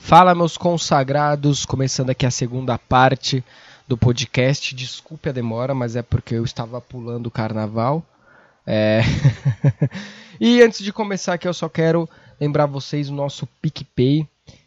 Fala, meus consagrados, começando aqui a segunda parte do podcast. Desculpe a demora, mas é porque eu estava pulando o carnaval. E antes de começar aqui, eu só quero lembrar vocês o nosso PicPay,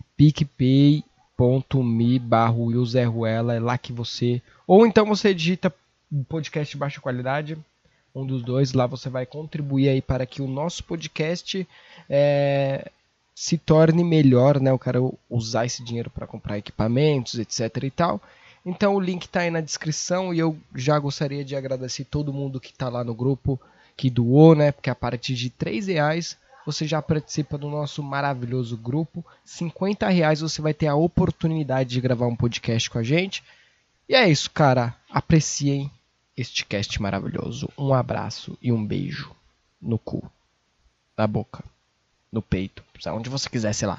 picpay.me/WillZerruela, é lá que você... Ou então você digita podcast de baixa qualidade, um dos dois, lá você vai contribuir aí para que o nosso podcast se torne melhor, né? Eu quero usar esse dinheiro para comprar equipamentos, etc e tal. Então o link está aí na descrição e eu já gostaria de agradecer todo mundo que está lá no grupo, que doou, né? Porque a partir de R$3 você já participa do nosso maravilhoso grupo. R$50 você vai ter a oportunidade de gravar um podcast com a gente. E é isso, cara. Apreciem este cast maravilhoso. Um abraço e um beijo no cu, na boca, no peito, onde você quiser, sei lá.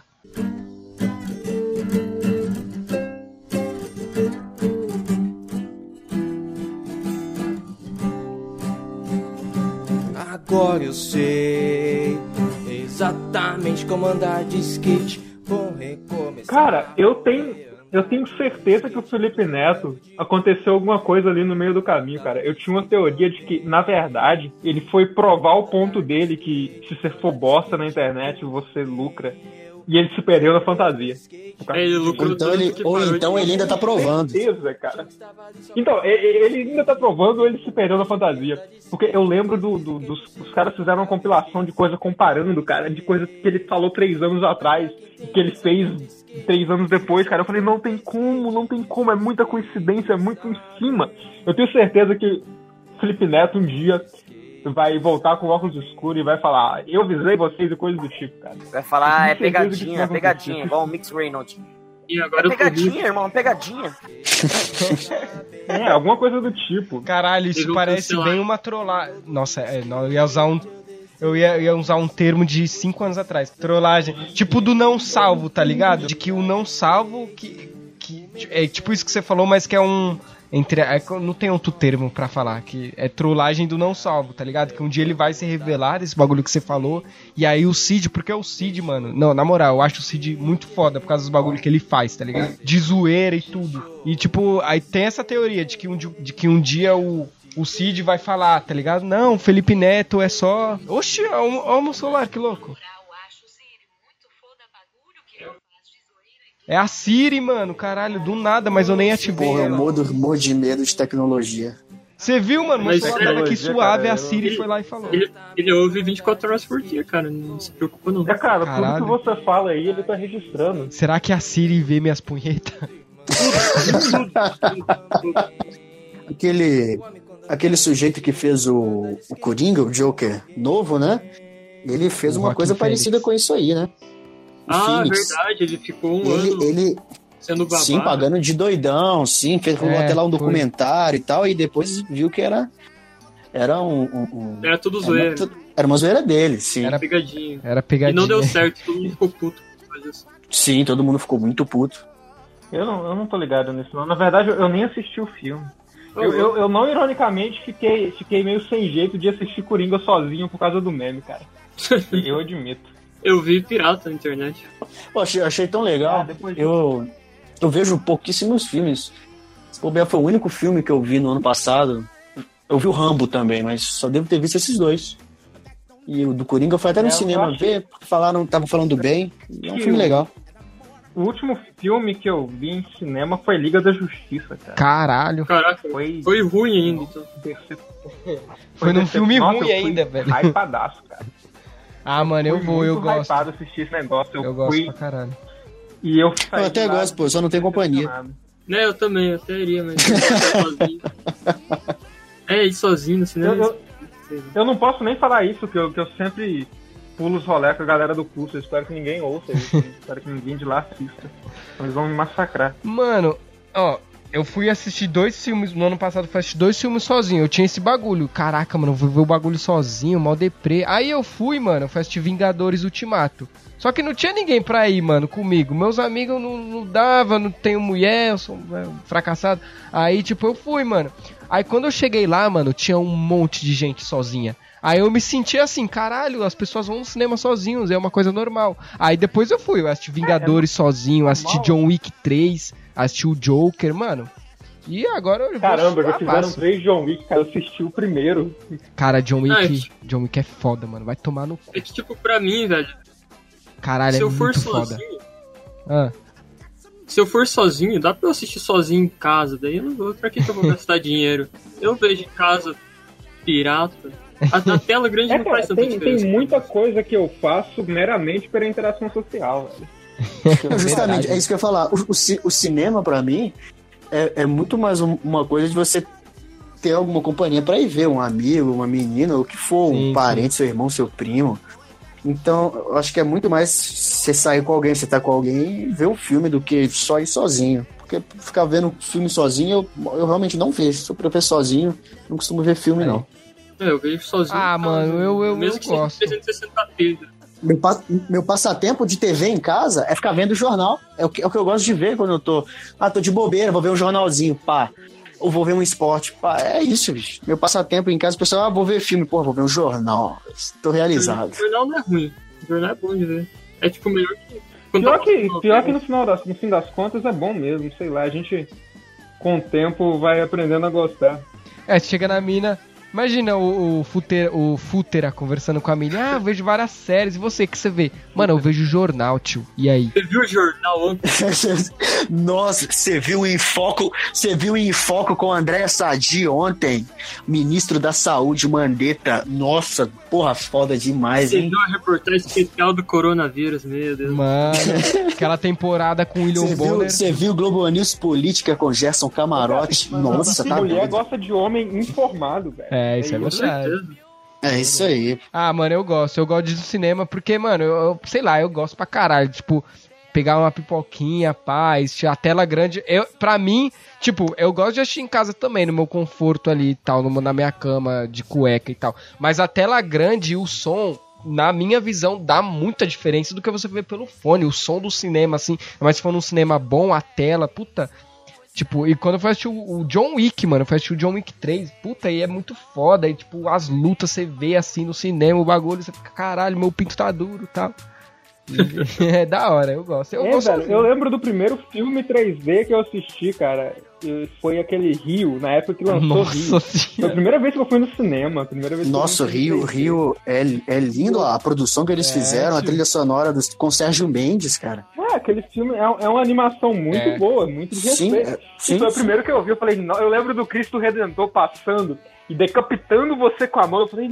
Agora eu sei exatamente como andar de skate. Vou recomeçar. Cara, eu tenho certeza que o Felipe Neto aconteceu alguma coisa ali no meio do caminho, cara. Eu tinha uma teoria de que, na verdade, ele foi provar o ponto dele que se você for bosta na internet, você lucra. E ele se perdeu na fantasia. Ele lucrou ou então ele ainda tá provando. Certeza, cara. Então, ele ainda tá provando ou ele se perdeu na fantasia. Porque eu lembro os caras fizeram uma compilação de coisa comparando, cara, de coisa que ele falou 3 anos atrás, que ele fez 3 anos depois, cara. Eu falei, não tem como, é muita coincidência, é muito em cima. Eu tenho certeza que Felipe Neto um dia vai voltar com óculos escuros e vai falar, eu visei vocês e coisas do tipo, cara. Vai falar, é pegadinha, igual o Mix Reynolds. E agora pegadinha, irmão, pegadinha. Alguma coisa do tipo. Caralho, isso parece bem uma trollagem. Nossa, eu ia usar um termo de 5 anos atrás. Trollagem. Tipo do não salvo, tá ligado? De que o não salvo, que é tipo isso que você falou, mas que é um... não tem outro termo pra falar, que é trollagem do não salvo, tá ligado? Que um dia ele vai se revelar, esse bagulho que você falou, e aí o Cid, porque é o Cid, mano, não, na moral, eu acho o Cid muito foda por causa dos bagulhos que ele faz, tá ligado? De zoeira e tudo. E tipo, aí tem essa teoria de que um dia o Cid vai falar, tá ligado? Não, Felipe Neto é só... Oxi, ó o meu celular, que louco. É a Siri, mano, caralho, do nada, mas eu nem ativei. Porra, eu morro de medo de tecnologia. Você viu, mano? Mas celular tava aqui suave, cara, a Siri foi lá e falou. Ele ouve 24 horas por dia, cara, não se preocupa não. Cara, caralho, tudo que você fala aí, ele tá registrando. Será que a Siri vê minhas punhetas? Aquele sujeito que fez o Coringa, o Joker novo, né? Ele fez uma coisa parecida com isso aí, né? Phoenix. Verdade, ele ficou um ano sendo babado. Sim, pagando de doidão, sim, fez até lá um documentário e tal, e depois viu que era era tudo zoeira. Era uma zoeira dele, sim. Era pegadinha. E não deu certo, todo mundo ficou puto. Sim, todo mundo ficou muito puto. Eu não tô ligado nisso, não. Na verdade, eu nem assisti o filme. Eu não, ironicamente, fiquei meio sem jeito de assistir Coringa sozinho por causa do meme, cara. Eu admito. Eu vi pirata na internet. Pô, achei tão legal. Eu vejo pouquíssimos filmes. Se bobear, foi o único filme que eu vi no ano passado. Eu vi o Rambo também, mas só devo ter visto esses dois. E o do Coringa foi até no cinema ver, porque estavam falando bem. É um filme legal. O último filme que eu vi em cinema foi Liga da Justiça, cara. Caralho. Caraca, foi ruim ainda. Então. Foi num filme ruim ainda, velho. Hypadaço, cara. Ah, mano, eu gosto. Eu assistir esse negócio. Eu gosto pra caralho. E eu até gosto, pô, só não tem companhia. Né, eu também, eu até iria, mas sozinho. Ir sozinho no cinema. Eu não posso nem falar isso, que eu sempre pulo os rolê com a galera do curso. Eu espero que ninguém ouça isso. Eu espero que ninguém de lá assista. Eles vão me massacrar. Mano, ó, Eu fui assistir 2 filmes, no ano passado eu fui assistir 2 filmes sozinho, eu tinha esse bagulho, caraca, mano, eu vou ver o bagulho sozinho, mó deprê. Aí eu fui, mano, eu fui assistir Vingadores Ultimato. Só que não tinha ninguém pra ir, mano, comigo. Meus amigos não dava, não tenho mulher, eu sou fracassado. Aí, tipo, eu fui, mano. Aí quando eu cheguei lá, mano, tinha um monte de gente sozinha. Aí eu me senti assim, caralho, as pessoas vão no cinema sozinhos, é uma coisa normal. Aí depois eu assisti Vingadores sozinho, assisti John Wick 3, assisti o Joker, mano. E agora eu Caramba, já fizeram 3 John Wick, cara, eu assisti o primeiro. Cara, John Wick é foda, mano, vai tomar no cu. É que, tipo, pra mim, velho, caralho, se eu for sozinho, se eu for sozinho, dá pra eu assistir sozinho em casa, daí eu não vou, pra que eu vou gastar dinheiro? Eu vejo em casa pirata. A tela grande não faz tanta diferença. Tem muita coisa que eu faço meramente pela interação social, velho. Justamente, é isso que eu ia falar. O cinema, pra mim, é muito mais uma coisa de você ter alguma companhia pra ir ver um amigo, uma menina, ou o que for, sim, um parente, seu irmão, seu primo. Então, eu acho que é muito mais você sair com alguém, você tá com alguém e ver um filme do que só ir sozinho. Porque ficar vendo filme sozinho, eu realmente não vejo. Se eu prefiro sozinho, não costumo ver filme, não. Eu vejo sozinho. Ah, mano, eu mesmo que gosto. 360p. Meu passatempo de TV em casa é ficar vendo jornal. É o que eu gosto de ver quando eu tô de bobeira, vou ver um jornalzinho, pá. Ou vou ver um esporte, pá. É isso, bicho. Meu passatempo em casa, o pessoal, vou ver filme, pô, vou ver um jornal. Tô realizado. O jornal não é ruim. O jornal é bom de ver. É tipo melhor que... Pior que no fim das contas é bom mesmo, sei lá, a gente com o tempo vai aprendendo a gostar. Chega na mina, imagina o Futera conversando com a mina, eu vejo várias séries, e você, que você vê? Mano, eu vejo jornal, tio, e aí? Você viu o jornal ontem? Nossa, você viu em foco com o André Sadi ontem, ministro da Saúde, Mandetta, nossa, porra, foda demais, hein? Você viu a reportagem especial do coronavírus, meu Deus. Mano, aquela temporada com o William Bonner. Você viu o Globo News Política com Gerson Camarote? Nossa, tá mulher gosta de homem informado, velho. Isso é verdade. É isso aí. Ah, mano, eu gosto disso no cinema, porque, mano, eu sei lá, eu gosto pra caralho, tipo, pegar uma pipoquinha, paz, a tela grande, pra mim, tipo, eu gosto de assistir em casa também, no meu conforto ali e tal, na minha cama de cueca e tal, mas a tela grande e o som, na minha visão, dá muita diferença do que você vê pelo fone, o som do cinema, assim, mas se for num cinema bom, a tela, puta... Tipo, e quando eu fui assistir o John Wick, mano, eu fui assistir o John Wick 3, puta, aí é muito foda, aí, tipo, as lutas você vê assim no cinema, o bagulho, você fica, caralho, meu pinto tá duro e tal. É da hora, eu gosto. Eu gosto velho, eu lembro do primeiro filme 3D que eu assisti, cara, foi aquele Rio, na época que lançou Rio. Foi a primeira vez que eu fui no cinema. Nossa, Rio é lindo a produção que eles fizeram, a trilha sonora com Sérgio Mendes, cara. Aquele filme é uma animação muito boa, muito de respeito. Sim, foi o primeiro que eu vi, eu falei, eu lembro do Cristo Redentor passando e decapitando você com a mão, eu falei,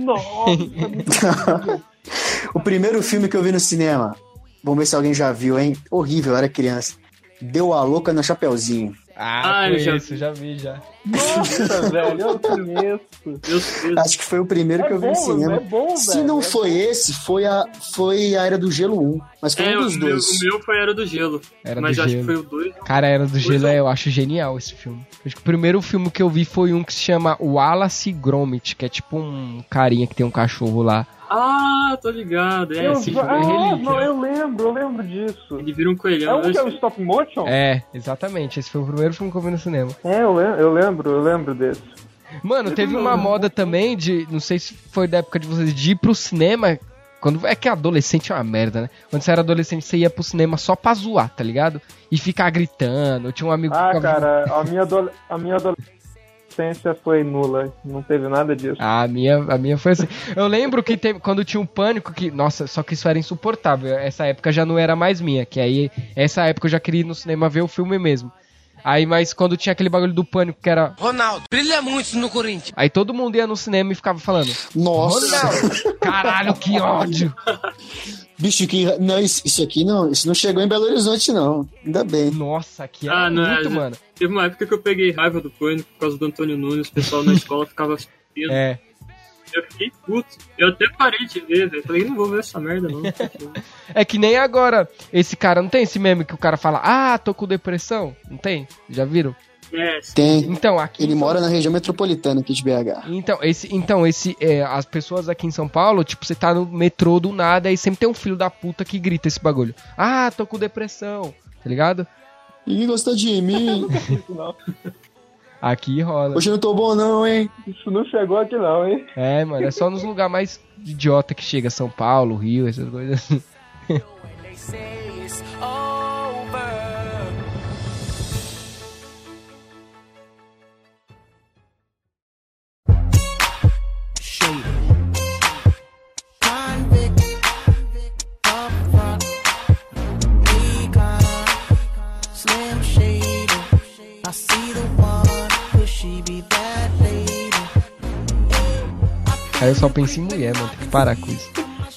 nossa, O primeiro filme que eu vi no cinema, vamos ver se alguém já viu, hein? Horrível, eu era criança. Deu a louca no Chapeuzinho. Já vi. Nossa, velho, eu conheço. Acho que foi o primeiro que eu vi no cinema. Se não foi esse, foi a Era do Gelo 1. Mas foi um dos dois. O meu foi a Era do Gelo. Mas acho que foi o 2. Cara, a Era do Gelo eu acho genial esse filme. Acho que o primeiro filme que eu vi foi um que se chama Wallace Gromit, que é tipo um carinha que tem um cachorro lá. Ah, tô ligado. Eu lembro disso. Ele vira um coelhão. É um que é o stop motion? Exatamente. Esse foi o primeiro filme que eu vi no cinema. Eu lembro desse. Mano, teve uma moda também de, não sei se foi da época de vocês, de ir pro cinema, é que adolescente é uma merda, né? Quando você era adolescente, você ia pro cinema só pra zoar, tá ligado? E ficar gritando. Eu tinha um amigo que ficava... cara, a minha adolescência foi nula, não teve nada disso. A minha foi assim. Eu lembro que quando tinha um Pânico, nossa, só que isso era insuportável. Essa época já não era mais minha, que aí, essa época eu já queria ir no cinema ver o filme mesmo. Aí, mas quando tinha aquele bagulho do Pânico que era... Ronaldo, brilha muito no Corinthians. Aí todo mundo ia no cinema e ficava falando... Nossa! Ronaldo! Caralho, que ódio! Bicho, não, isso aqui não... Isso não chegou em Belo Horizonte, não. Ainda bem. Nossa, aqui é muito, mano. Teve uma época que eu peguei raiva do Pânico por causa do Antônio Nunes. O pessoal na escola ficava assistindo. Eu fiquei puto. Eu até parei de ver, velho. Falei, não vou ver essa merda, não. É que nem agora, esse cara, não tem esse meme que o cara fala, tô com depressão? Não tem? Já viram? Tem. Então, aqui ele mora na região metropolitana aqui de BH. Então, as pessoas aqui em São Paulo, tipo, você tá no metrô do nada e sempre tem um filho da puta que grita esse bagulho. Ah, tô com depressão, tá ligado? Ninguém gosta de mim. Não. Aqui rola. Hoje eu não tô bom não, hein? Isso não chegou aqui não, hein? É, mano, é só nos lugares mais idiota que chega, São Paulo, Rio, essas coisas assim. Aí eu só penso em mulher, mano, tem que parar com isso.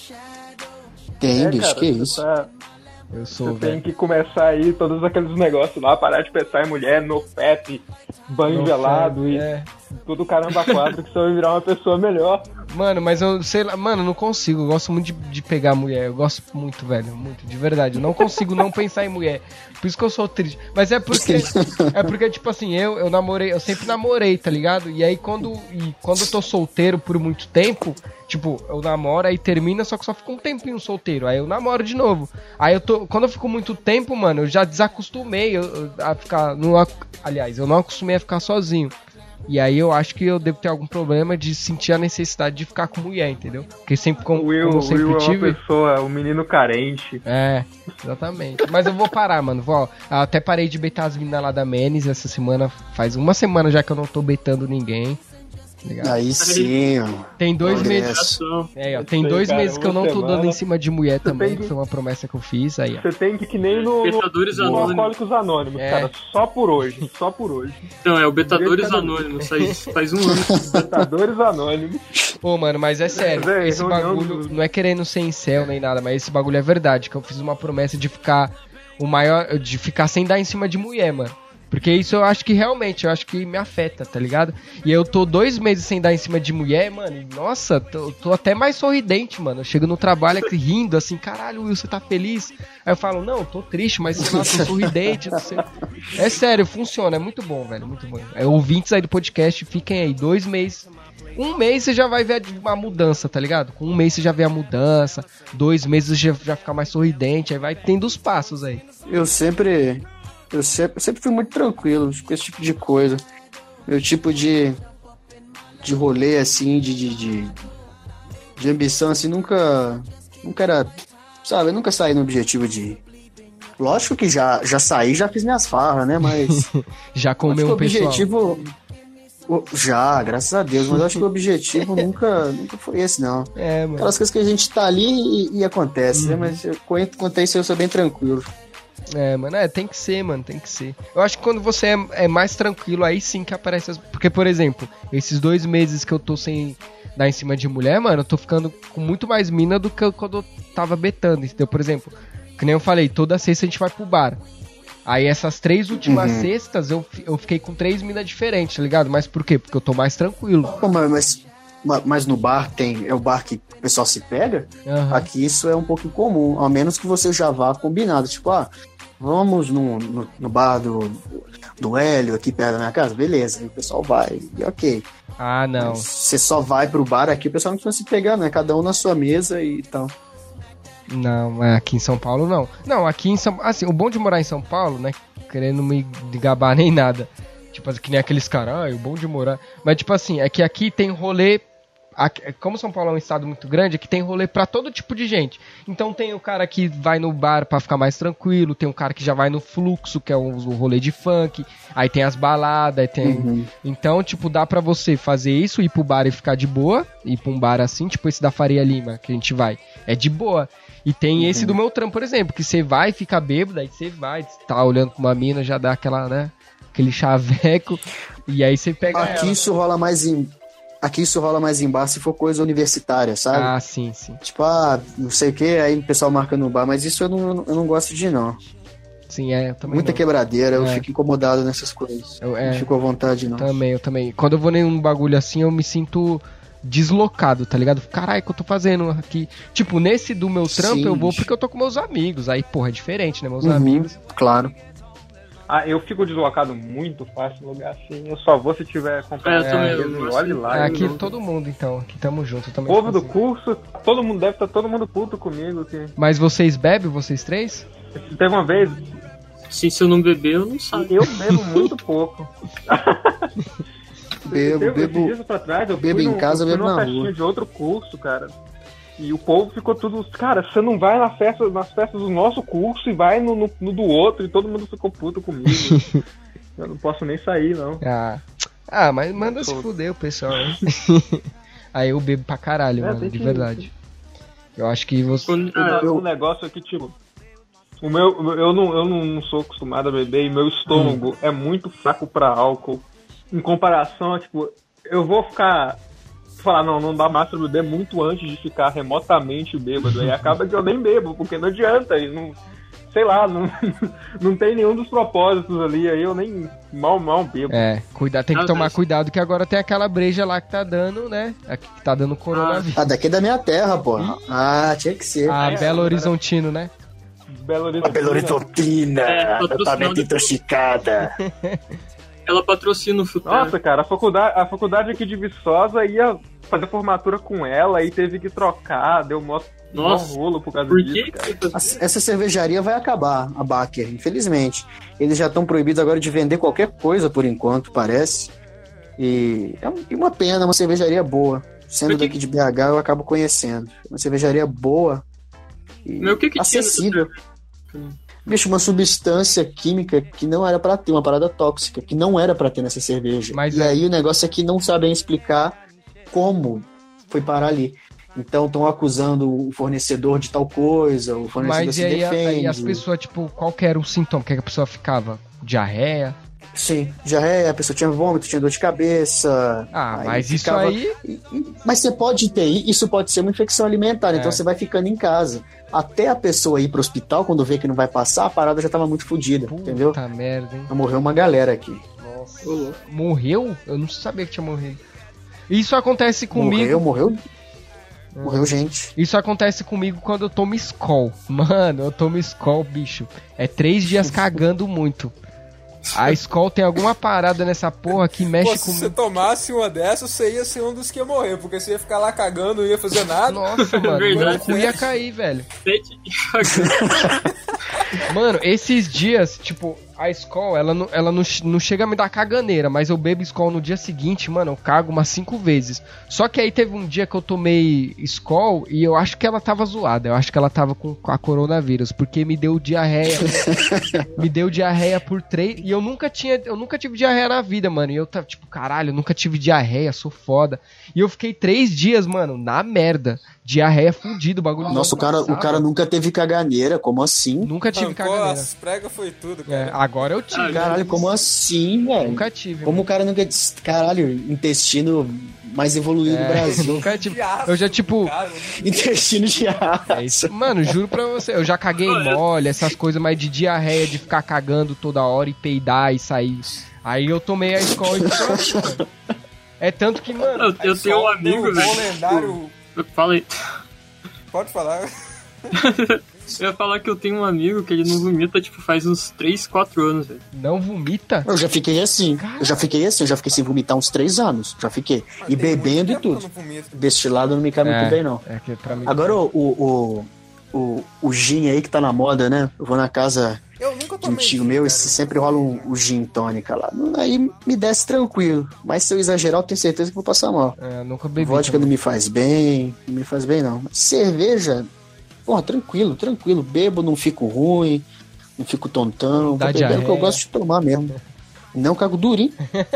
Tem, bicho, cara, que isso? Eu sou, tem que começar aí todos aqueles negócios lá, parar de pensar em mulher, no FAP, banho gelado e tudo caramba quatro, que você vai virar uma pessoa melhor. Mano, mas eu sei lá, mano, eu não consigo, eu gosto muito de pegar mulher, eu gosto muito, velho, muito, de verdade, eu não consigo não pensar em mulher, por isso que eu sou triste, mas é porque tipo assim, eu sempre namorei, tá ligado, e aí quando eu tô solteiro por muito tempo, tipo, eu namoro, aí termina, só que só fica um tempinho solteiro, aí eu namoro de novo, aí quando eu fico muito tempo, mano, eu já desacostumei a ficar, aliás, eu não acostumei a ficar sozinho. E aí eu acho que eu devo ter algum problema de sentir a necessidade de ficar com mulher, entendeu? Porque sempre como eu sempre Will tive... é uma pessoa, um menino carente. É, exatamente. Mas eu vou parar, mano. Até parei de betar as meninas lá da Menes essa semana. Faz uma semana já que eu não tô betando ninguém. Ligado? Aí sim, ó. Tem 2 meses. Tem 2 meses que eu não tô dando em cima de mulher também, que foi uma promessa que eu fiz. Aí, ó. Você tem que nem no Alcoólicos Anônimos, cara. Só por hoje. Então, é o Betadores Anônimos. Faz um ano. Betadores Anônimos. Pô, mano, mas é sério. Esse bagulho não é querendo ser incel nem nada, mas esse bagulho é verdade. Que eu fiz uma promessa de ficar de ficar sem dar em cima de mulher, mano. Porque isso eu acho que me afeta, tá ligado? E eu tô 2 meses sem dar em cima de mulher, mano, e nossa, tô até mais sorridente, mano. Eu chego no trabalho aqui rindo, assim, caralho, Will, você tá feliz? Aí eu falo, não, tô triste, mas sei lá, tô sorridente, não sei. É sério, funciona, é muito bom, velho, muito bom. Ouvintes aí do podcast, fiquem aí, 2 meses. 1 mês você já vai ver uma mudança, tá ligado? Com 1 mês você já vê a mudança, 2 meses você já fica mais sorridente, aí vai tendo os passos aí. Eu sempre fui muito tranquilo com esse tipo de coisa. Meu tipo de rolê, assim, de ambição, assim, nunca era, sabe, eu nunca saí no objetivo de... Lógico que já saí, já fiz minhas farras, né, mas... Já comeu um pessoal. Objetivo... Já, graças a Deus, mas eu acho que o objetivo nunca foi esse, não. Mano. Aquelas coisas que a gente tá ali e acontece, né, mas quanto a isso eu sou bem tranquilo. Mano, tem que ser, mano, tem que ser. Eu acho que quando você é mais tranquilo, aí sim que aparece Porque, por exemplo, esses 2 meses que eu tô sem dar em cima de mulher, mano, eu tô ficando com muito mais mina do que quando eu tava betando, entendeu? Por exemplo, que nem eu falei, toda sexta a gente vai pro bar. Aí essas 3 últimas sextas eu fiquei com 3 minas diferentes, tá ligado? Mas por quê? Porque eu tô mais tranquilo. Pô, mas no bar é o bar que o pessoal se pega? Aqui isso é um pouco incomum, a menos que você já vá combinado. Tipo, vamos no bar do Hélio aqui perto da minha casa? Beleza, aí o pessoal vai, e ok. Não. Mas você só vai pro bar aqui, o pessoal não precisa se pegar, né? Cada um na sua mesa e tal. Não, aqui em São Paulo não. Não, aqui em São Paulo, assim, o bom de morar em São Paulo, né, querendo me gabar nem nada, tipo, que nem aqueles caras, o bom de morar, mas tipo assim, é que aqui tem rolê, como São Paulo é um estado muito grande, aqui tem rolê pra todo tipo de gente. Então tem o cara que vai no bar pra ficar mais tranquilo, tem o cara que já vai no fluxo, que é o rolê de funk, aí tem as baladas, aí tem... Então, tipo, dá pra você fazer isso, ir pro bar e ficar de boa, ir pra um bar assim, tipo esse da Faria Lima, que a gente vai, é de boa. E tem esse do meu trampo, por exemplo, que você vai, fica bêbado, aí você vai, tá olhando pra uma mina, já dá aquela, né, aquele chaveco, e aí você pega Aqui isso rola mais em bar se for coisa universitária, sabe? Sim. Tipo, não sei o que, aí o pessoal marca no bar, mas isso eu não gosto de ir, não. Sim, eu também Muita não. Quebradeira, eu fico incomodado nessas coisas. Não fico à vontade, não. Eu também. Quando eu vou em um bagulho assim, eu me sinto deslocado, tá ligado? Caralho, o que eu tô fazendo aqui? Tipo, nesse do meu trampo eu vou porque eu tô com meus amigos. Aí, porra, é diferente, né? Meus amigos. Claro. Eu fico deslocado muito fácil no lugar assim. Eu só vou se tiver comprado. Olhe lá. Aqui todo mundo, então. Aqui tamo junto também. Povo do curso, todo mundo deve estar todo mundo puto comigo aqui. Mas vocês bebem, vocês três? Teve uma vez. Se eu não beber, eu não saio. Eu bebo muito pouco. Bebo em casa, bebo na rua. Festinha de outro curso, cara. E o povo ficou tudo... Cara, você não vai nas festas do nosso curso e vai no do outro, e todo mundo ficou puto comigo. Eu não posso nem sair, não. Mas manda se fuder o pessoal, né? Aí eu bebo pra caralho, mano, de verdade. Eu acho que você... O negócio aqui, tipo... eu não sou acostumado a beber e meu estômago é muito fraco pra álcool. Em comparação, tipo... Eu vou falar, não dá mais pra beber muito antes de ficar remotamente bêbado. Aí acaba que eu nem bebo, porque não adianta. E não, sei lá, não tem nenhum dos propósitos ali. Aí eu nem mal bebo. Tem que tomar cuidado, que agora tem aquela breja lá que tá dando, né? Que tá dando coronavírus. Daqui é da minha terra, pô. Tinha que ser. Belo Horizontino, né? Belo Horizontina, totalmente intoxicada. Ela patrocina o futuro. Nossa, cara, a faculdade aqui de Viçosa ia fazer formatura com ela e teve que trocar, deu mó rolo por causa disso, cara. Essa cervejaria vai acabar, a Baker, infelizmente. Eles já estão proibidos agora de vender qualquer coisa, por enquanto, parece. E é uma pena, uma cervejaria boa. Sendo daqui de BH, eu acabo conhecendo. Uma cervejaria boa e acessível. Bicho, uma substância química que não era pra ter, uma parada tóxica, que não era pra ter nessa cerveja. Aí o negócio é que não sabem explicar como foi parar ali. Então estão acusando o fornecedor de tal coisa, o fornecedor se defende. Mas aí as pessoas, tipo, qual que era o sintoma? Que a pessoa ficava? Diarreia? Sim, diarreia, a pessoa tinha vômito, tinha dor de cabeça. Mas ficava... isso aí... Mas você pode ter, isso pode ser uma infecção alimentar, então você vai ficando em casa. Até a pessoa ir pro hospital, quando vê que não vai passar, a parada já tava muito fodida, entendeu? Puta merda, hein? Morreu uma galera aqui. Nossa. Morreu? Eu não sabia que tinha morrido. Isso acontece comigo... Morreu gente. Isso acontece comigo quando eu tomo Skol. Mano, eu tomo Skol, bicho. É 3 dias cagando muito. A Skol tem alguma parada nessa porra que mexe com... Se você tomasse uma dessas, você ia ser um dos que ia morrer, porque você ia ficar lá cagando, não ia fazer nada. Nossa, mano, meu cu ia cair, velho. Mano, esses dias, tipo, a Skol, ela não chega a me dar caganeira, mas eu bebo Skol no dia seguinte, mano, eu cago umas 5 vezes. Só que aí teve um dia que eu tomei Skol e eu acho que ela tava zoada, eu acho que ela tava com a coronavírus, porque me deu diarreia. Me deu diarreia por 3, e eu nunca tive diarreia na vida, mano, e eu tava tipo, caralho, eu nunca tive diarreia, sou foda. E eu fiquei 3 dias, mano, na merda. Diarreia fudido, o bagulho. Nossa, o cara nunca teve caganeira, como assim? Nunca tive caganeira. As pregas foi tudo, cara. Agora eu tive. Caralho, como assim, velho? Nunca tive. Como o cara nunca... Caralho, intestino mais evoluído do Brasil. Nunca tive. Eu já, tipo... Intestino de aço. É isso. Mano, juro pra você, eu já caguei mole, essas coisas, mas de diarreia, de ficar cagando toda hora e peidar e sair. Aí eu tomei a Skol e pronto. É tanto que, mano... Eu tenho um amigo, velho. Um lendário... Fala aí. Pode falar. Eu ia falar que eu tenho um amigo que ele não vomita, tipo, faz uns 3, 4 anos, velho. Não vomita? Eu já fiquei assim. Eu já fiquei sem vomitar uns 3 anos. Já fiquei. E bebendo e tudo. Deste lado não me cai muito bem, não. Pra mim... Agora o gin aí que tá na moda, né? Eu vou na casa de um tio meu e sempre rola um gin tônica lá. Aí me desce tranquilo. Mas se eu exagerar, eu tenho certeza que vou passar mal. Nunca bebi. Vodka não me faz bem. Não me faz bem, não. Cerveja, porra, tranquilo. Bebo, não fico ruim. Não fico tontão. Vou bebendo que eu gosto de tomar mesmo. Não cago durinho.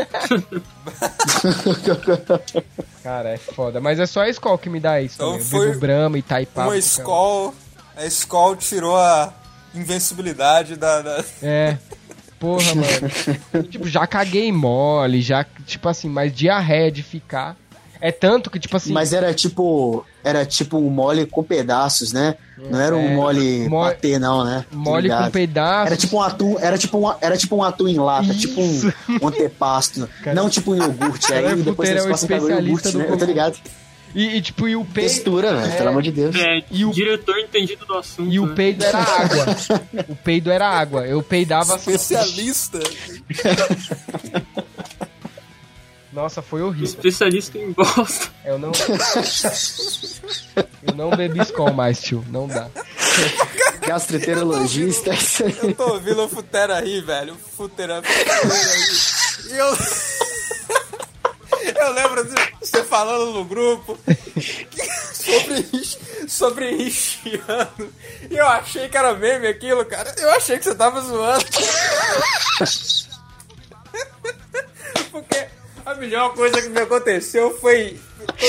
Cara, é foda. Mas é só a Skol que me dá isso. Então eu bebo Brahma e Taipava. A Skol tirou a invencibilidade da... Porra, mano. Tipo, já caguei mole, já, tipo assim, mas diarreia de ficar. É tanto que, tipo assim... Mas era tipo um mole com pedaços, né? Não era um mole patê, não, né? Mole com pedaços. Era tipo um atum, era tipo um atum em lata, isso. Tipo um antepasto. Cara, não tipo um iogurte. Aí depois eles passam para o iogurte, né? Eu tô ligado. E tipo, e o peido... Textura, velho, pelo amor de Deus. E o diretor entendido do assunto. E o peido era água. O peido era água. Eu peidava... Especialista. Nossa, foi horrível. Especialista em bosta. Eu não bebi Skol mais, tio. Não dá. Gastroenterologista. Eu tô ouvindo o Futera rir, velho. O Futera rir. E eu lembro de você falando no grupo sobre Richiano. E eu achei que era meme aquilo, cara. Eu achei que você tava zoando. Porque a melhor coisa que me aconteceu foi...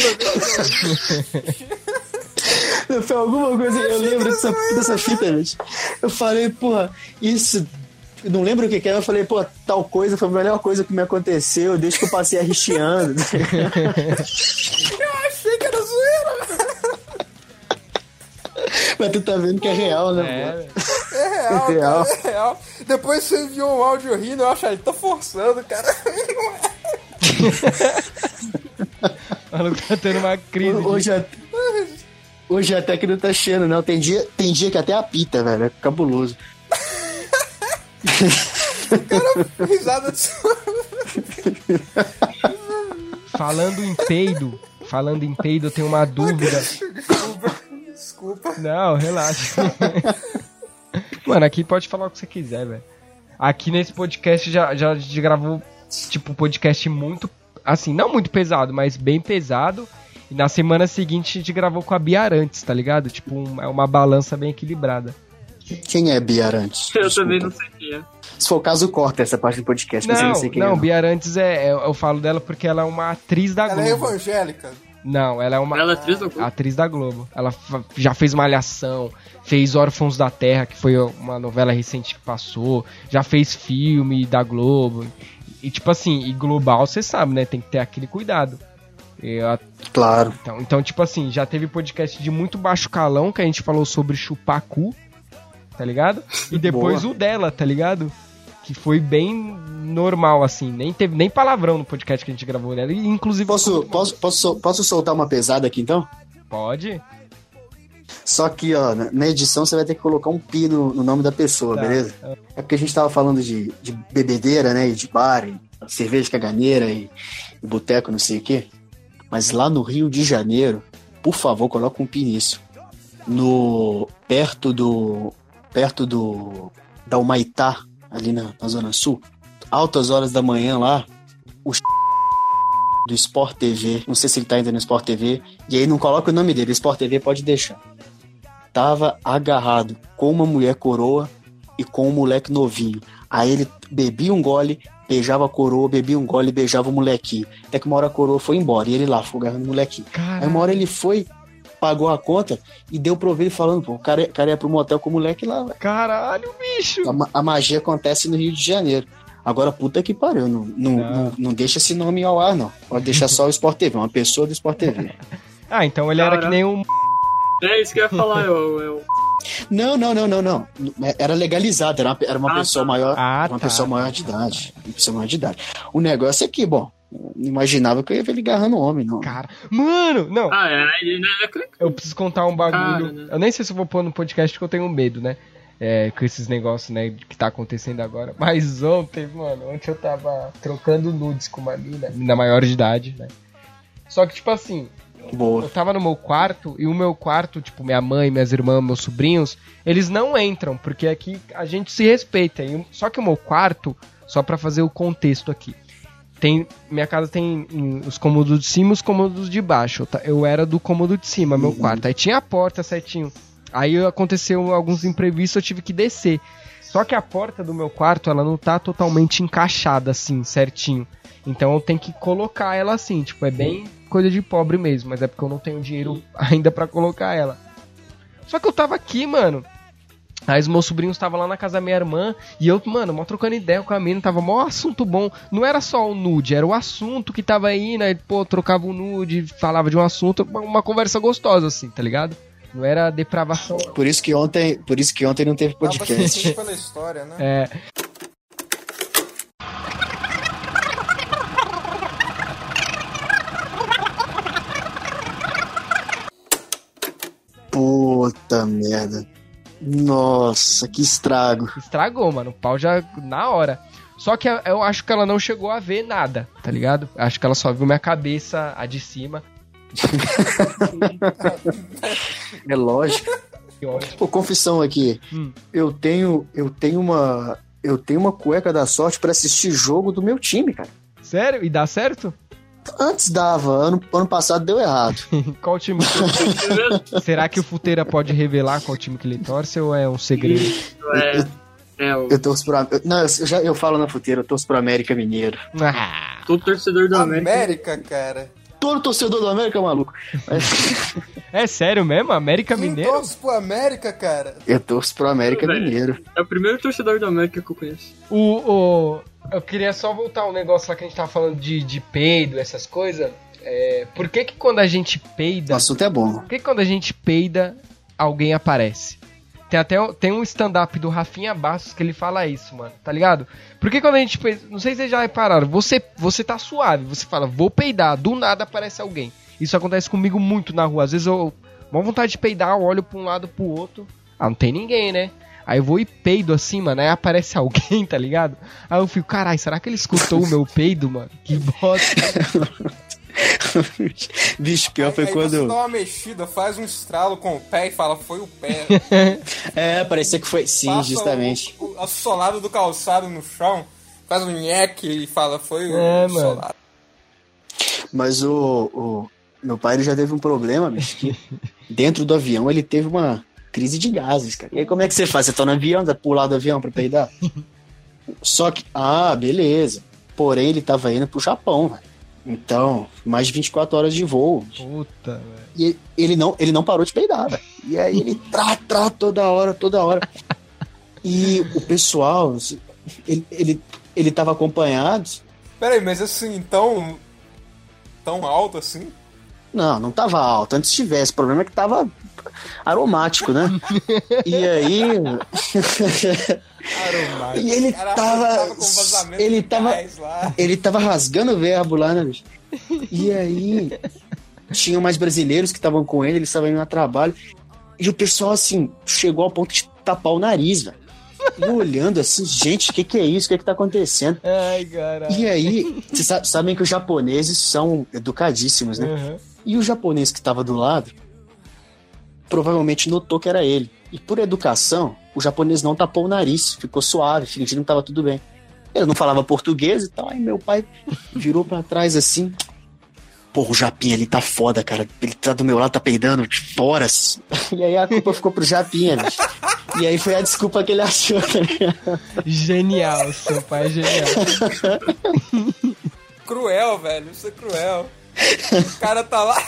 Foi alguma coisa, eu lembro dessa fita, gente. Eu falei, porra, isso... Eu não lembro o que era, eu falei, pô, tal coisa foi a melhor coisa que me aconteceu desde que eu passei a richiando. Eu achei que era zoeira. Mas tu tá vendo que é real, né? É real. Depois você enviou um áudio rindo, eu acho que ele tá forçando, cara. O maluco tá tendo uma crise. Hoje até que não tá cheio, não. Tem dia que até apita, velho. É cabuloso. Cara, risada de... Falando em peido, eu tenho uma dúvida. Desculpa. Não, relaxa. Mano, aqui pode falar o que você quiser, velho. Aqui nesse podcast já gravou, tipo, um podcast muito, assim, não muito pesado, mas bem pesado. E na semana seguinte a gente gravou com a Bia Arantes, tá ligado? Tipo, é uma balança bem equilibrada. Quem é Bia Arantes? Eu também não sei quem é. Se for o caso, corta essa parte do podcast, mas eu não sei quem é. Não, Bia Arantes eu falo dela porque ela é uma atriz da Globo. Ela é evangélica. Não, ela é uma ela é atriz da Globo. Atriz da Globo. Ela já fez Malhação, fez Órfãos da Terra, que foi uma novela recente que passou, já fez filme da Globo. E tipo assim, e global, você sabe, né? Tem que ter aquele cuidado. Claro. Então, tipo assim, já teve podcast de muito baixo calão que a gente falou sobre chupar cu, tá ligado? E depois o dela, tá ligado? Que foi bem normal, assim. Nem teve nem palavrão no podcast que a gente gravou dela. E, inclusive... Posso soltar uma pesada aqui, então? Pode. Só que, ó, na edição você vai ter que colocar um pi no nome da pessoa, tá, beleza? É porque a gente tava falando de bebedeira, né? E de bar, e cerveja caganeira e boteco, não sei o quê. Mas lá no Rio de Janeiro, por favor, coloca um pi nisso. Perto da Humaitá, ali na Zona Sul, altas horas da manhã lá, o do Sport TV, não sei se ele tá ainda no Sport TV, e aí não coloca o nome dele, Sport TV pode deixar. Tava agarrado com uma mulher coroa e com um moleque novinho. Aí ele bebia um gole, beijava a coroa, bebia um gole e beijava o molequinho. Até que uma hora a coroa foi embora e ele lá, ficou agarrando o molequinho. Caralho. Aí uma hora ele foi, pagou a conta e deu pra ouvir ele falando, pô, o cara ia pro motel com o moleque lá, velho. Caralho, bicho! A magia acontece no Rio de Janeiro. Agora, puta que pariu, não deixa esse nome ao ar, não. Pode deixar só o Sport TV, uma pessoa do Sport TV. Ah, então ele era que nem um... É isso que eu ia falar, Não. Era legalizado, era uma pessoa maior. Pessoa maior de idade. Uma pessoa maior de idade. O negócio é que, bom, não imaginava que eu ia ver ele agarrando homem, não. Cara, mano, não. Eu preciso contar um bagulho. Cara, né? Eu nem sei se eu vou pôr no podcast porque eu tenho medo, né? Com esses negócios, né, que tá acontecendo agora. Mas ontem eu tava trocando nudes com uma mina maior de idade, né? Só que, tipo assim, boa. Eu tava no meu quarto, e o meu quarto, tipo, minha mãe, minhas irmãs, meus sobrinhos, eles não entram, porque aqui a gente se respeita. Só que o meu quarto, só pra fazer o contexto aqui, minha casa tem os cômodos de cima e os cômodos de baixo. Eu era do cômodo de cima, meu quarto. Aí tinha a porta certinho. Aí aconteceu alguns imprevistos, eu tive que descer. Só que a porta do meu quarto, ela não tá totalmente encaixada assim, certinho. Então eu tenho que colocar ela assim, tipo, é bem coisa de pobre mesmo, mas é porque eu não tenho dinheiro ainda pra colocar ela. Só que eu tava aqui, mano. Aí os meus sobrinhos estavam lá na casa da minha irmã e eu, mano, mó trocando ideia com a mina, tava mó assunto bom. Não era só o nude, era o assunto que tava aí, né? Pô, trocava o nude, falava de um assunto, uma conversa gostosa assim, tá ligado? Não era depravação. Por isso que ontem não teve podcast. Pela história, né? É. Puta merda. Nossa, que estrago. Estragou, mano. O pau já na hora. Só que eu acho que ela não chegou a ver nada, tá ligado? Acho que ela só viu minha cabeça, a de cima. É lógico. Pô, confissão aqui. Eu tenho uma cueca da sorte pra assistir jogo do meu time, cara. Sério? E dá certo? Antes dava, ano passado deu errado. Qual time que... Será que o Futeira pode revelar qual time que ele torce ou é um segredo? Eu torço pro... Não, eu falo na Futeira, eu torço pro América Mineiro. Todo torcedor do América, cara. Todo torcedor do América, maluco. É sério mesmo? América Mineiro? Eu torço pro América, cara. Eu torço pro América Mineiro. É o primeiro torcedor do América que eu conheço. Eu queria só voltar um negócio lá que a gente tava falando de peido, essas coisas. Por que quando a gente peida... O assunto é bom. Por que quando a gente peida, alguém aparece? Tem um stand-up do Rafinha Bastos que ele fala isso, mano, tá ligado? Porque quando a gente peida, não sei se vocês já repararam, você tá suave, você fala, vou peidar, do nada aparece alguém. Isso acontece comigo muito na rua, às vezes eu, uma vontade de peidar, eu olho pra um lado pro outro, não tem ninguém, né? Aí eu vou e peido assim, mano, aí aparece alguém, tá ligado? Aí eu fico, caralho, será que ele escutou o meu peido, mano? Que bosta. Bicho, pior foi aí quando... Você dá uma mexida, faz um estralo com o pé e fala, foi o pé. Parecia que foi... Sim, passa justamente. A solada do calçado no chão, faz um nheque e fala, foi o solado. Mas o meu pai ele já teve um problema, bicho, que dentro do avião ele teve uma crise de gases, cara. E aí como é que você faz? Você tá no avião, vai pular do avião pra peidar? Só que... beleza. Porém, ele tava indo pro Japão, velho. Então, mais de 24 horas de voo. Puta, velho. E ele não parou de peidar, velho. E aí ele toda hora. E o pessoal, ele tava acompanhado. Peraí, mas assim, tão alto assim? Não tava alto. Antes tivesse. O problema é que tava aromático, né? E aí... Aromático. E ele tava com vazamento ele tava rasgando o verbo lá, né, bicho? E aí tinham mais brasileiros que estavam com ele, eles estavam indo a trabalho. E o pessoal, assim, chegou ao ponto de tapar o nariz, velho. E olhando assim, gente, o que é isso? O que tá acontecendo? Ai, caralho. E aí, vocês sabem que os japoneses são educadíssimos, né? Uhum. E o japonês que tava do lado provavelmente notou que era ele. E por educação, o japonês não tapou o nariz, ficou suave, fingindo que tava tudo bem. Ele não falava português e tal, aí meu pai virou pra trás assim. Porra, o Japinha, ele tá foda, cara. Ele tá do meu lado, tá peidando horas. E aí a culpa ficou pro Japinha, bicho. E aí foi a desculpa que ele achou, tá ligado? Genial, seu pai é genial. Cruel, velho, isso é cruel. O cara tá lá.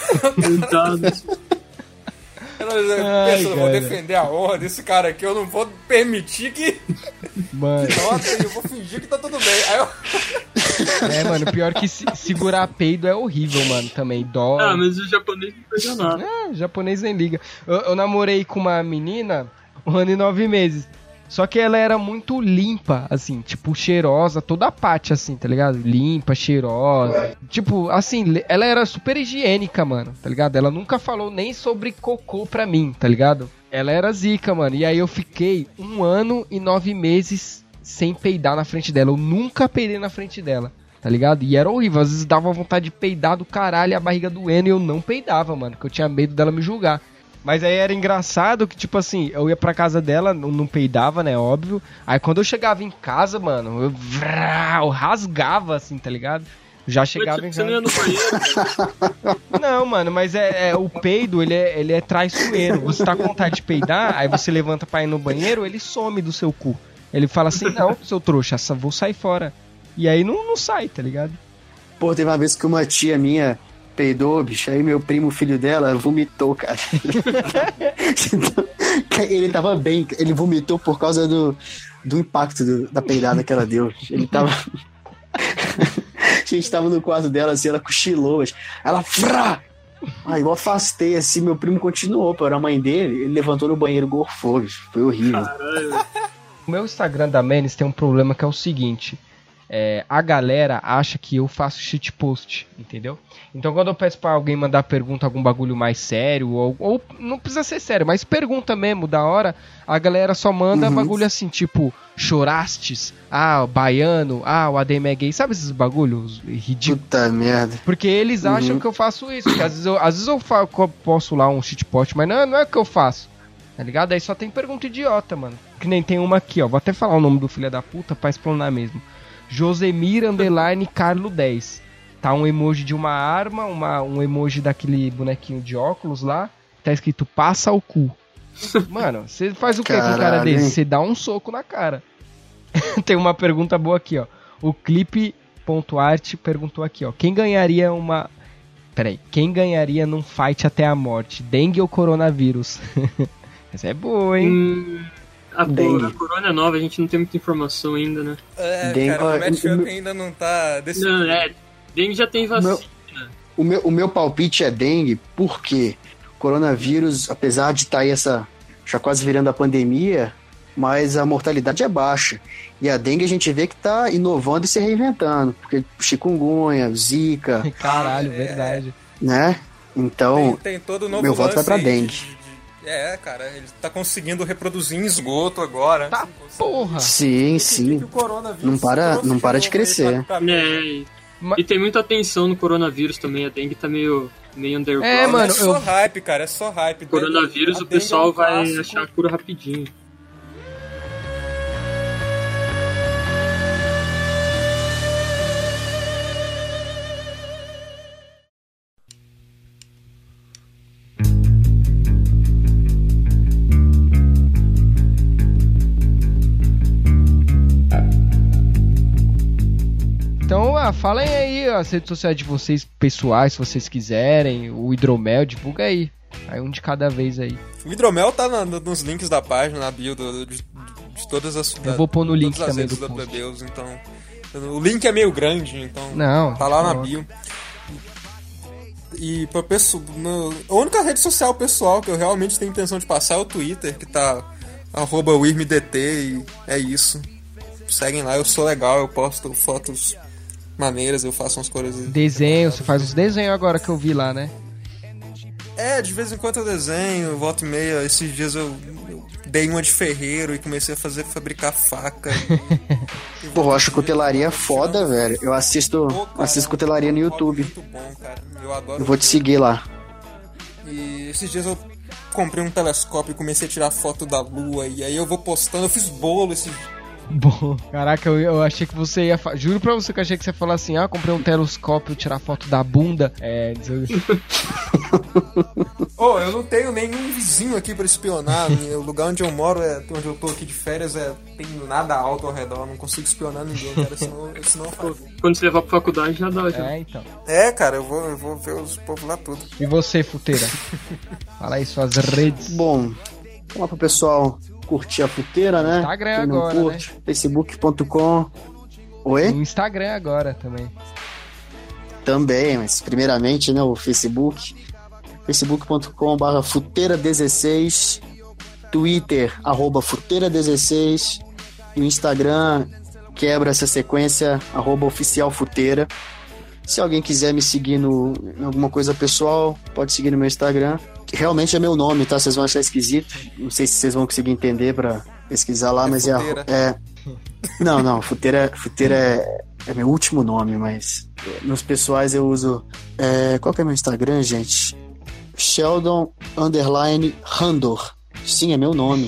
Eu vou defender a honra desse cara aqui, eu não vou permitir que... Mano. Nossa, eu vou fingir que tá tudo bem. Aí mano, pior que segurar peido é horrível, mano, também, dói. Mas o japonês não pega nada. O japonês nem liga. Eu namorei com uma menina 1 ano e 9 meses. Só que ela era muito limpa, assim, tipo, cheirosa, toda a parte, assim, tá ligado? Limpa, cheirosa. Tipo, assim, ela era super higiênica, mano, tá ligado? Ela nunca falou nem sobre cocô pra mim, tá ligado? Ela era zica, mano. E aí eu fiquei 1 ano e 9 meses sem peidar na frente dela. Eu nunca peidei na frente dela, tá ligado? E era horrível. Às vezes dava vontade de peidar do caralho, a barriga doendo, e eu não peidava, mano, porque eu tinha medo dela me julgar. Mas aí era engraçado que, tipo assim, eu ia pra casa dela, não peidava, né, óbvio. Aí quando eu chegava em casa, mano, eu rasgava, assim, tá ligado? Já chegava em casa. Você não ia no banheiro? Não, mano, mas o peido, ele é traiçoeiro. Você tá com vontade de peidar, aí você levanta pra ir no banheiro, ele some do seu cu. Ele fala assim, não, seu trouxa, vou sair fora. E aí não sai, tá ligado? Pô, teve uma vez que uma tia minha peidou, bicho, aí meu primo, filho dela, vomitou, cara. Ele tava bem, ele vomitou por causa do impacto da peidada que ela deu. Ele tava... A gente tava no quarto dela, assim, ela cochilou, ela... Aí eu afastei, assim, meu primo continuou, pô, era a mãe dele, ele levantou no banheiro, gorfou, bicho. Foi horrível. O meu Instagram da Menes tem um problema que é o seguinte... a galera acha que eu faço shitpost, entendeu? Então quando eu peço pra alguém mandar pergunta, algum bagulho mais sério, ou não precisa ser sério, mas pergunta mesmo, da hora, a galera só manda bagulho assim, tipo, chorastes, baiano, o ADM é gay, sabe esses bagulhos ridículos? Puta merda. Porque eles acham que eu faço isso, que às vezes eu posto lá um shitpost, mas não é o que eu faço, tá ligado? Aí só tem pergunta idiota, mano. Que nem tem uma aqui, ó, vou até falar o nome do filho da puta pra explanar mesmo. Josemir _ Carlo 10. Tá um emoji de uma arma, um emoji daquele bonequinho de óculos lá. Tá escrito passa o cu. Mano, você faz o que com um cara desse? Você dá um soco na cara. Tem uma pergunta boa aqui, ó. O clipe.art perguntou aqui, ó. Quem ganharia num fight até a morte? Dengue ou coronavírus? Essa é boa, hein? A corona é nova, a gente não tem muita informação ainda, né? Cara, o matchup ainda não tá decidido. Não, dengue já tem vacina. O meu palpite é dengue, porque coronavírus, apesar de estar aí já quase virando a pandemia, mas a mortalidade é baixa. E a dengue a gente vê que tá inovando e se reinventando, porque chikungunya, zika... Caralho, verdade. Né? Então, tem todo o novo meu voto vai pra dengue. Cara, ele tá conseguindo reproduzir em esgoto agora. Tá, porra! Sim. Não para de crescer. E tem muita atenção no coronavírus também, a dengue tá meio underground. Mano, é só hype, cara, é só hype. Coronavírus, o pessoal vai achar a cura rapidinho. Então, falem aí as redes sociais de vocês pessoais, se vocês quiserem. O Hidromel, divulga aí. Aí um de cada vez aí. O Hidromel tá nos links da página, na bio de todas as... Eu vou pôr no link também do post. Bebeus, então, o link é meio grande, então não, tá lá na bio. E pra pessoa... A única rede social pessoal que eu realmente tenho intenção de passar é o Twitter, que tá @wirmdt, e é isso. Seguem lá, eu sou legal, eu posto fotos maneiras, eu faço umas coisas... Desenho, você faz uns desenhos agora que eu vi lá, né? De vez em quando eu desenho, volta e meia. Esses dias eu dei uma de ferreiro e comecei a fabricar faca. Pô, eu acho cutelaria foda, velho. Eu assisto cutelaria no YouTube. Muito bom, cara. Eu adoro. Eu vou te seguir lá. E esses dias eu comprei um telescópio e comecei a tirar foto da lua. E aí eu vou postando, eu fiz bolo esses... Bom, caraca, eu achei que você ia... Juro pra você que eu achei que você ia falar assim, comprei um telescópio, tirar foto da bunda. Eu não tenho nenhum vizinho aqui pra espionar. O lugar onde eu moro, onde eu tô aqui de férias, tem nada alto ao redor. Eu não consigo espionar ninguém, cara, senão eu faço. Quando você levar pra faculdade já dá, já. Então. Cara, eu vou ver os povos lá tudo. E você, Futeira? Fala aí suas redes. Bom, vamos lá pro pessoal curtir a Futeira, né? Instagram agora, curte, né? Facebook.com. Oi? No Instagram agora também. Também, mas primeiramente, né, o Facebook. Facebook.com/futeira16. Twitter, @futeira16. E o Instagram quebra essa sequência, @oficialfuteira. Se alguém quiser me seguir em alguma coisa pessoal, pode seguir no meu Instagram. Que realmente é meu nome, tá? Vocês vão achar esquisito. Não sei se vocês vão conseguir entender pra pesquisar lá, mas Não, Futeira é meu último nome, mas nos pessoais eu uso... qual que é meu Instagram, gente? Sheldon_Randor. Sim, é meu nome.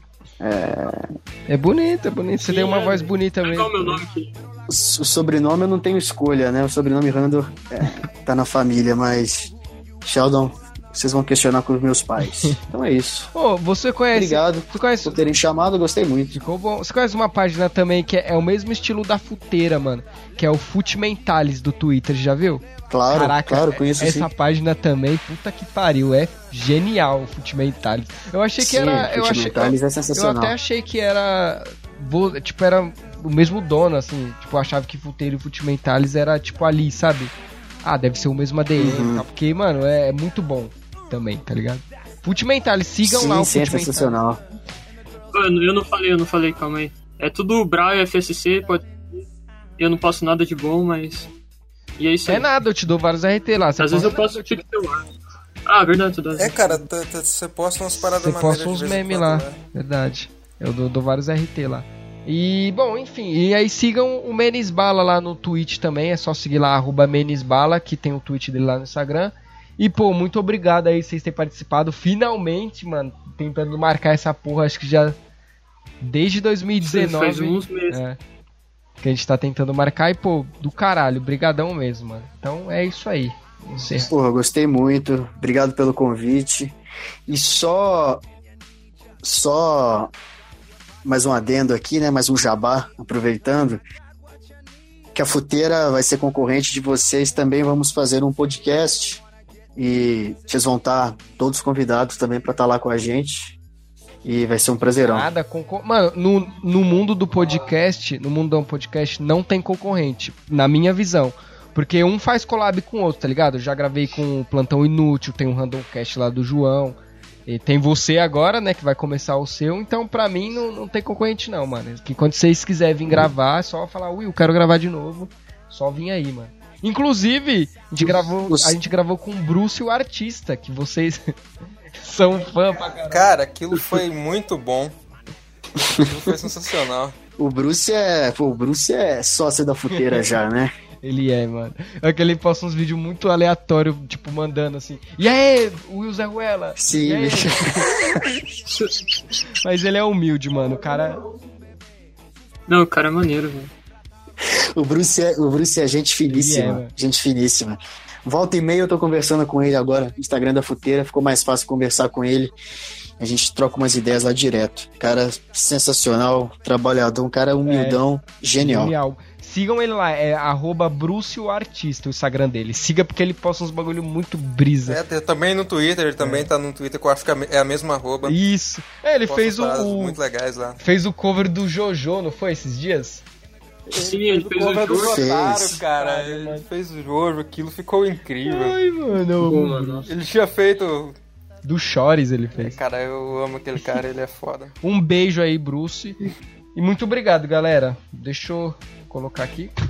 É bonito. Você tem uma voz bonita mesmo. Qual é o meu nome aqui? O sobrenome eu não tenho escolha, né? O sobrenome Randor tá na família, mas Sheldon, vocês vão questionar com os meus pais. Então é isso. Você conhece... Obrigado por terem chamado, gostei muito. Ficou bom. Você conhece uma página também que é o mesmo estilo da Futeira, mano, que é o Futementalis do Twitter, já viu? Claro, caraca, claro, conheço essa sim. Página também, puta que pariu, é genial o Futementalis. Eu achei que era... Futementalis é sensacional. Eu até achei que era... Tipo, era o mesmo dono, assim. Tipo, eu achava que Futeira e Futementalis era, tipo, ali, sabe? Deve ser o mesmo ADM, tá? Porque, mano, é muito bom também, tá ligado? Futementalis, sigam lá o Futementalis. É sensacional. Eu não falei, calma aí. É tudo Brau e FSC, pode... eu não posto nada de bom, mas... E é isso aí. É nada, eu te dou vários RT lá. Às vezes eu posto pixel. Ah, verdade, tu dá. Cara, você posta umas paradas maneiras. Você posta uns memes lá, verdade. Eu dou vários RT lá. E, bom, enfim, e aí sigam o Menisbala lá no Twitch também, é só seguir lá, @Menisbala, que tem o tweet dele lá no Instagram. E, pô, muito obrigado aí vocês terem participado, finalmente, mano, tentando marcar essa porra, acho que já desde 2019. Faz uns meses. Que a gente tá tentando marcar e, pô, do caralho, brigadão mesmo, mano. Então é isso aí. Porra, gostei muito, obrigado pelo convite. E só mais um adendo aqui, né? Mais um jabá, aproveitando que a Futeira vai ser concorrente de vocês. Também vamos fazer um podcast e vocês vão estar todos convidados também para estar lá com a gente. E vai ser um prazerão. Mano, no mundo do podcast, no mundo do podcast, não tem concorrente, na minha visão. Porque um faz collab com o outro, tá ligado? Eu já gravei com o Plantão Inútil, tem um Randomcast lá do João. E tem você agora, né, que vai começar o seu. Então, pra mim, não tem concorrente não, mano. Que quando vocês quiserem vir gravar, é só falar, Will, quero gravar de novo. Só vir aí, mano. Inclusive, a gente gravou com o Bruce, o artista, que vocês são fã pra caralho. Cara, aquilo foi muito bom. Aquilo foi sensacional. O Bruce é sócio da Futeira já, né? Ele é, mano. É que ele posta uns vídeos muito aleatórios, tipo, mandando assim. E aí, Will Zé Ruela? Sim. Mas ele é humilde, mano. O cara... Não, o cara é maneiro, velho. O Bruce é gente finíssima. Gente finíssima. Volta e meia eu tô conversando com ele agora no Instagram da Futeira. Ficou mais fácil conversar com ele. A gente troca umas ideias lá direto. Cara sensacional, trabalhador, um cara humildão, genial. Sigam ele lá, é @Bruce o Artista, o Instagram dele. Siga porque ele posta uns bagulho muito brisa. Também no Twitter, ele também tá no Twitter, que eu acho que é a mesma @. Isso. Ele fez muito legais lá. Fez o cover do Jojo, não foi, esses dias? Sim, ele fez o Jojo. Cara, ele fez o Jojo, aquilo ficou incrível. Ai, mano. Ele tinha feito... Do Chores ele fez. Cara, eu amo aquele cara, ele é foda. Um beijo aí, Bruce. E muito obrigado, galera. Deixa eu colocar aqui.